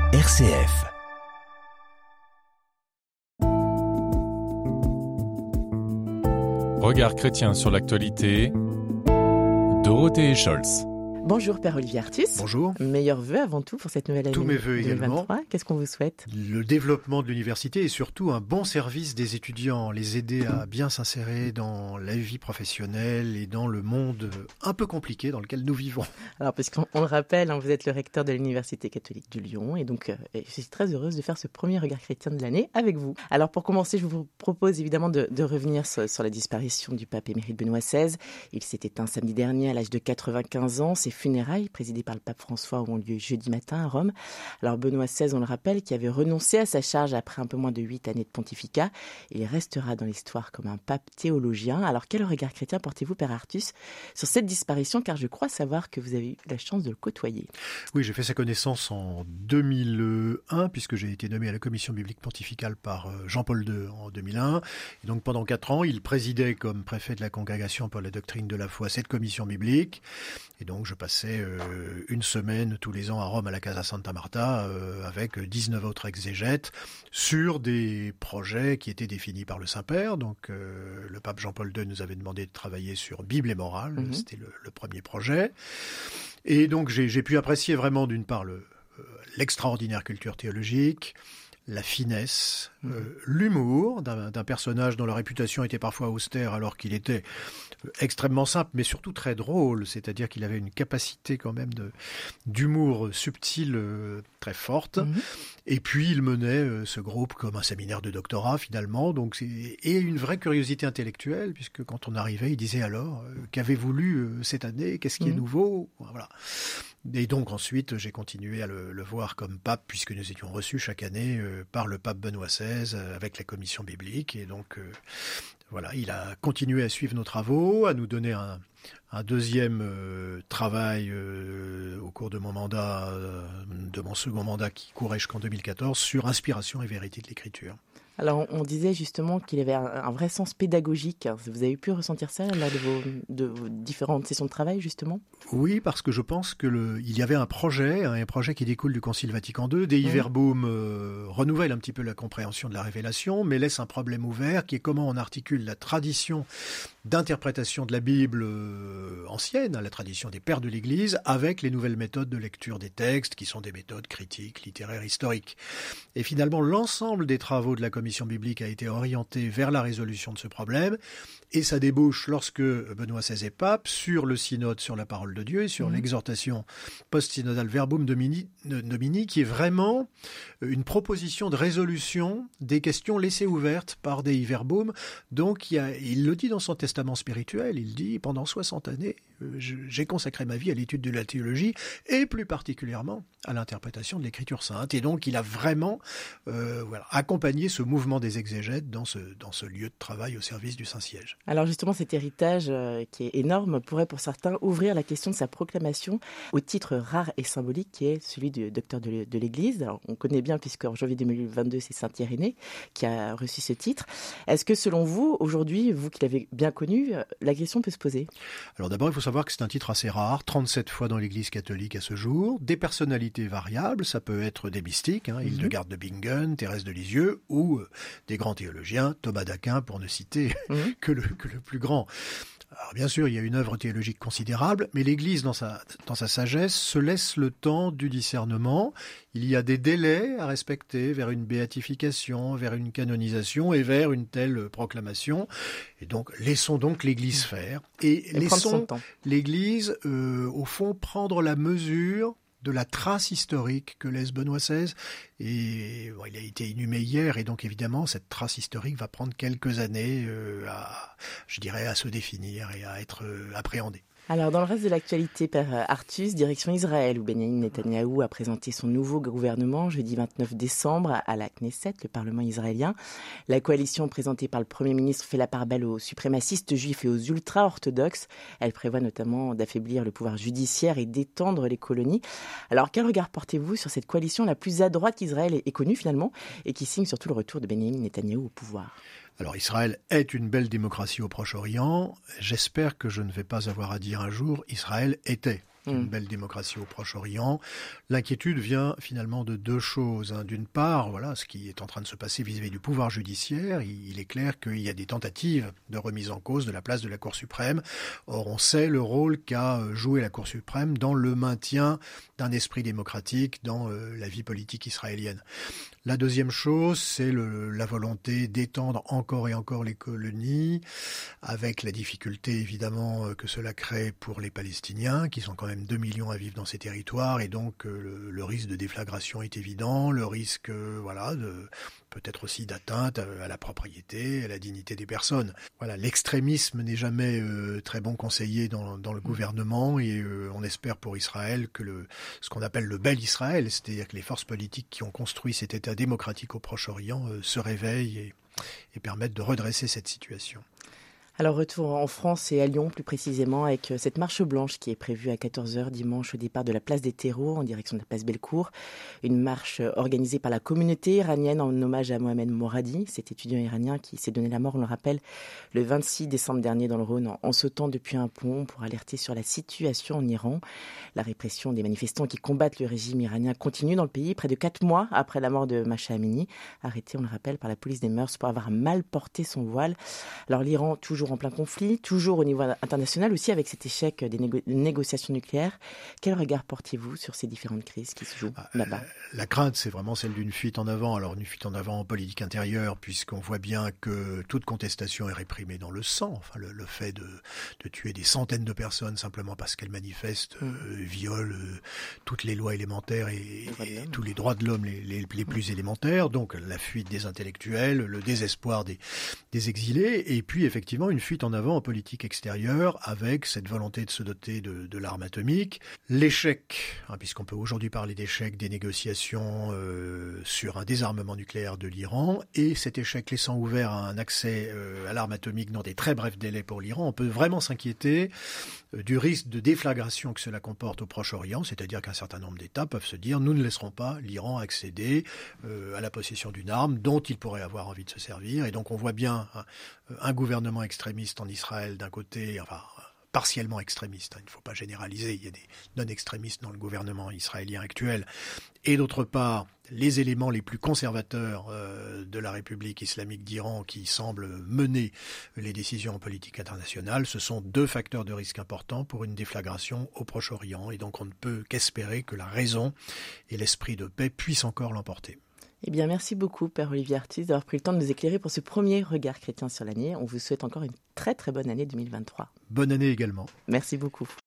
RCF. Regard chrétien sur l'actualité, Dorothée Scholz. Bonjour Père Olivier Artus. Bonjour. Meilleurs vœux avant tout pour cette nouvelle année. Tous mes vœux 2023. également. Qu'est-ce qu'on vous souhaite ? Le développement de l'université et surtout un bon service des étudiants, les aider à bien s'insérer dans la vie professionnelle et dans le monde un peu compliqué dans lequel nous vivons. Alors, parce qu'on le rappelle, vous êtes le recteur de l'Université catholique de Lyon et donc je suis très heureuse de faire ce premier regard chrétien de l'année avec vous. Alors pour commencer, je vous propose évidemment de revenir sur la disparition du pape émérite Benoît XVI. Il s'est éteint samedi dernier à l'âge de 95 ans. Ses funérailles, présidées par le pape François, ont lieu jeudi matin à Rome. Alors Benoît XVI, on le rappelle, qui avait renoncé à sa charge après un peu moins de 8 années de pontificat. Il restera dans l'histoire comme un pape théologien. Alors quel regard chrétien portez-vous, Père Artus, sur cette disparition, car je crois savoir que vous avez eu la chance de le côtoyer. Oui, j'ai fait sa connaissance en 2001, puisque j'ai été nommé à la commission biblique pontificale par Jean-Paul II en 2001. Et donc pendant 4 ans, il présidait comme préfet de la congrégation pour la doctrine de la foi cette commission biblique. Et donc je passais une semaine tous les ans à Rome à la Casa Santa Marta avec 19 autres exégètes sur des projets qui étaient définis par le Saint-Père. Donc le pape Jean-Paul II nous avait demandé de travailler sur Bible et morale. C'était le premier projet. Et donc j'ai pu apprécier vraiment d'une part l'extraordinaire culture théologique, la finesse, l'humour d'un personnage dont la réputation était parfois austère alors qu'il était extrêmement simple, mais surtout très drôle. C'est-à-dire qu'il avait une capacité quand même d'humour subtil très forte. Et puis il menait ce groupe comme un séminaire de doctorat finalement. Et une vraie curiosité intellectuelle, puisque quand on arrivait, il disait alors qu'avez-vous lu cette année ? Qu'est-ce qui est nouveau ? Voilà. Et donc ensuite, j'ai continué à le voir comme pape, puisque nous étions reçus chaque année par le pape Benoît XVI avec la commission biblique. Et donc voilà, il a continué à suivre nos travaux, à nous donner un deuxième travail au cours de mon mandat, de mon second mandat qui courait jusqu'en 2014, sur inspiration et vérité de l'écriture. Alors, on disait justement qu'il avait un vrai sens pédagogique. Vous avez pu ressentir ça lors de vos différentes sessions de travail, justement ? Oui, parce que je pense il y avait un projet qui découle du Concile Vatican II. Dei Verbum renouvelle un petit peu la compréhension de la révélation, mais laisse un problème ouvert qui est comment on articule la tradition d'interprétation de la Bible ancienne, la tradition des pères de l'Église, avec les nouvelles méthodes de lecture des textes, qui sont des méthodes critiques, littéraires, historiques. Et finalement, l'ensemble des travaux de la commission biblique a été orienté vers la résolution de ce problème, et ça débouche, lorsque Benoît XVI est pape, sur le synode sur la parole de Dieu et sur l'exhortation post-synodale Verbum Domini, qui est vraiment une proposition de résolution des questions laissées ouvertes par Dei Verbum. Donc il le dit dans son testament spirituel, il dit « Pendant 60 années, j'ai consacré ma vie à l'étude de la théologie et plus particulièrement à l'interprétation de l'Écriture sainte. » Et donc il a vraiment accompagné ce mouvement des exégètes dans ce lieu de travail au service du Saint-Siège. Alors justement, cet héritage qui est énorme pourrait pour certains ouvrir la question de sa proclamation au titre rare et symbolique qui est celui du docteur de l'Église. Alors, on connaît bien puisqu'en janvier 2022, c'est Saint Irénée qui a reçu ce titre. Est-ce que selon vous, aujourd'hui, vous qui l'avez bien connu, la question peut se poser ? Alors d'abord, il faut savoir que c'est un titre assez rare, 37 fois dans l'Église catholique à ce jour, des personnalités variables, ça peut être des mystiques, Hildegarde de Bingen, Thérèse de Lisieux, ou des grands théologiens, Thomas d'Aquin, pour ne citer que le plus grand. Alors bien sûr, il y a une œuvre théologique considérable, mais l'Église, dans sa sagesse, se laisse le temps du discernement. Il y a des délais à respecter vers une béatification, vers une canonisation et vers une telle proclamation. Et donc, laissons donc l'Église faire. Et laissons l'Église, au fond, prendre la mesure de la trace historique que laisse Benoît XVI. Et il a été inhumé hier, et donc évidemment, cette trace historique va prendre quelques années à se définir et à être appréhendée. Alors, dans le reste de l'actualité, Père Artus, direction Israël, où Benjamin Netanyahou a présenté son nouveau gouvernement jeudi 29 décembre à la Knesset, le Parlement israélien. La coalition présentée par le Premier ministre fait la part belle aux suprémacistes juifs et aux ultra-orthodoxes. Elle prévoit notamment d'affaiblir le pouvoir judiciaire et d'étendre les colonies. Alors, quel regard portez-vous sur cette coalition la plus à droite qu'Israël ait connue finalement et qui signe surtout le retour de Benjamin Netanyahou au pouvoir ? Alors Israël est une belle démocratie au Proche-Orient. J'espère que je ne vais pas avoir à dire un jour Israël était une belle démocratie au Proche-Orient. L'inquiétude vient finalement de deux choses. D'une part, voilà, ce qui est en train de se passer vis-à-vis du pouvoir judiciaire. Il est clair qu'il y a des tentatives de remise en cause de la place de la Cour suprême. Or, on sait le rôle qu'a joué la Cour suprême dans le maintien d'un esprit démocratique dans la vie politique israélienne. La deuxième chose, c'est la volonté d'étendre encore et encore les colonies, avec la difficulté évidemment que cela crée pour les Palestiniens, qui sont quand même 2 millions à vivre dans ces territoires, et donc le risque de déflagration est évident, le risque peut-être aussi d'atteinte à la propriété, à la dignité des personnes. Voilà, l'extrémisme n'est jamais très bon conseiller dans le gouvernement, et on espère pour Israël que ce qu'on appelle le bel Israël, c'est-à-dire que les forces politiques qui ont construit cet État démocratique au Proche-Orient se réveillent et permettent de redresser cette situation. Alors retour en France et à Lyon plus précisément avec cette marche blanche qui est prévue à 14h dimanche au départ de la place des terreaux en direction de la place Bellecour. Une marche organisée par la communauté iranienne en hommage à Mohamed Moradi, cet étudiant iranien qui s'est donné la mort, on le rappelle, le 26 décembre dernier dans le Rhône en sautant depuis un pont pour alerter sur la situation en Iran. La répression des manifestants qui combattent le régime iranien continue dans le pays près de 4 mois après la mort de Mahsa Amini, arrêté, on le rappelle, par la police des mœurs pour avoir mal porté son voile. Alors l'Iran, toujours en plein conflit, toujours au niveau international aussi avec cet échec des négociations nucléaires. Quel regard portez-vous sur ces différentes crises qui se jouent là-bas ? La crainte, c'est vraiment celle d'une fuite en avant. Alors une fuite en avant en politique intérieure, puisqu'on voit bien que toute contestation est réprimée dans le sang. Enfin, le fait de tuer des centaines de personnes simplement parce qu'elles manifestent viole toutes les lois élémentaires et tous les droits de l'homme les plus élémentaires. Donc la fuite des intellectuels, le désespoir des exilés, et puis effectivement une fuite en avant en politique extérieure avec cette volonté de se doter de l'arme atomique. L'échec, puisqu'on peut aujourd'hui parler d'échec des négociations sur un désarmement nucléaire de l'Iran, et cet échec laissant ouvert un accès à l'arme atomique dans des très brefs délais pour l'Iran, on peut vraiment s'inquiéter du risque de déflagration que cela comporte au Proche-Orient, c'est-à-dire qu'un certain nombre d'États peuvent se dire « nous ne laisserons pas l'Iran accéder à la possession d'une arme dont il pourrait avoir envie de se servir ». Et donc on voit bien un gouvernement extrémiste en Israël d'un côté, enfin partiellement extrémiste, il ne faut pas généraliser, il y a des non-extrémistes dans le gouvernement israélien actuel, et d'autre part les éléments les plus conservateurs de la République islamique d'Iran qui semblent mener les décisions en politique internationale. Ce sont deux facteurs de risque importants pour une déflagration au Proche-Orient, et donc on ne peut qu'espérer que la raison et l'esprit de paix puissent encore l'emporter. Eh bien, merci beaucoup, Père Olivier Artis, d'avoir pris le temps de nous éclairer pour ce premier regard chrétien sur l'année. On vous souhaite encore une très très bonne année 2023. Bonne année également. Merci beaucoup.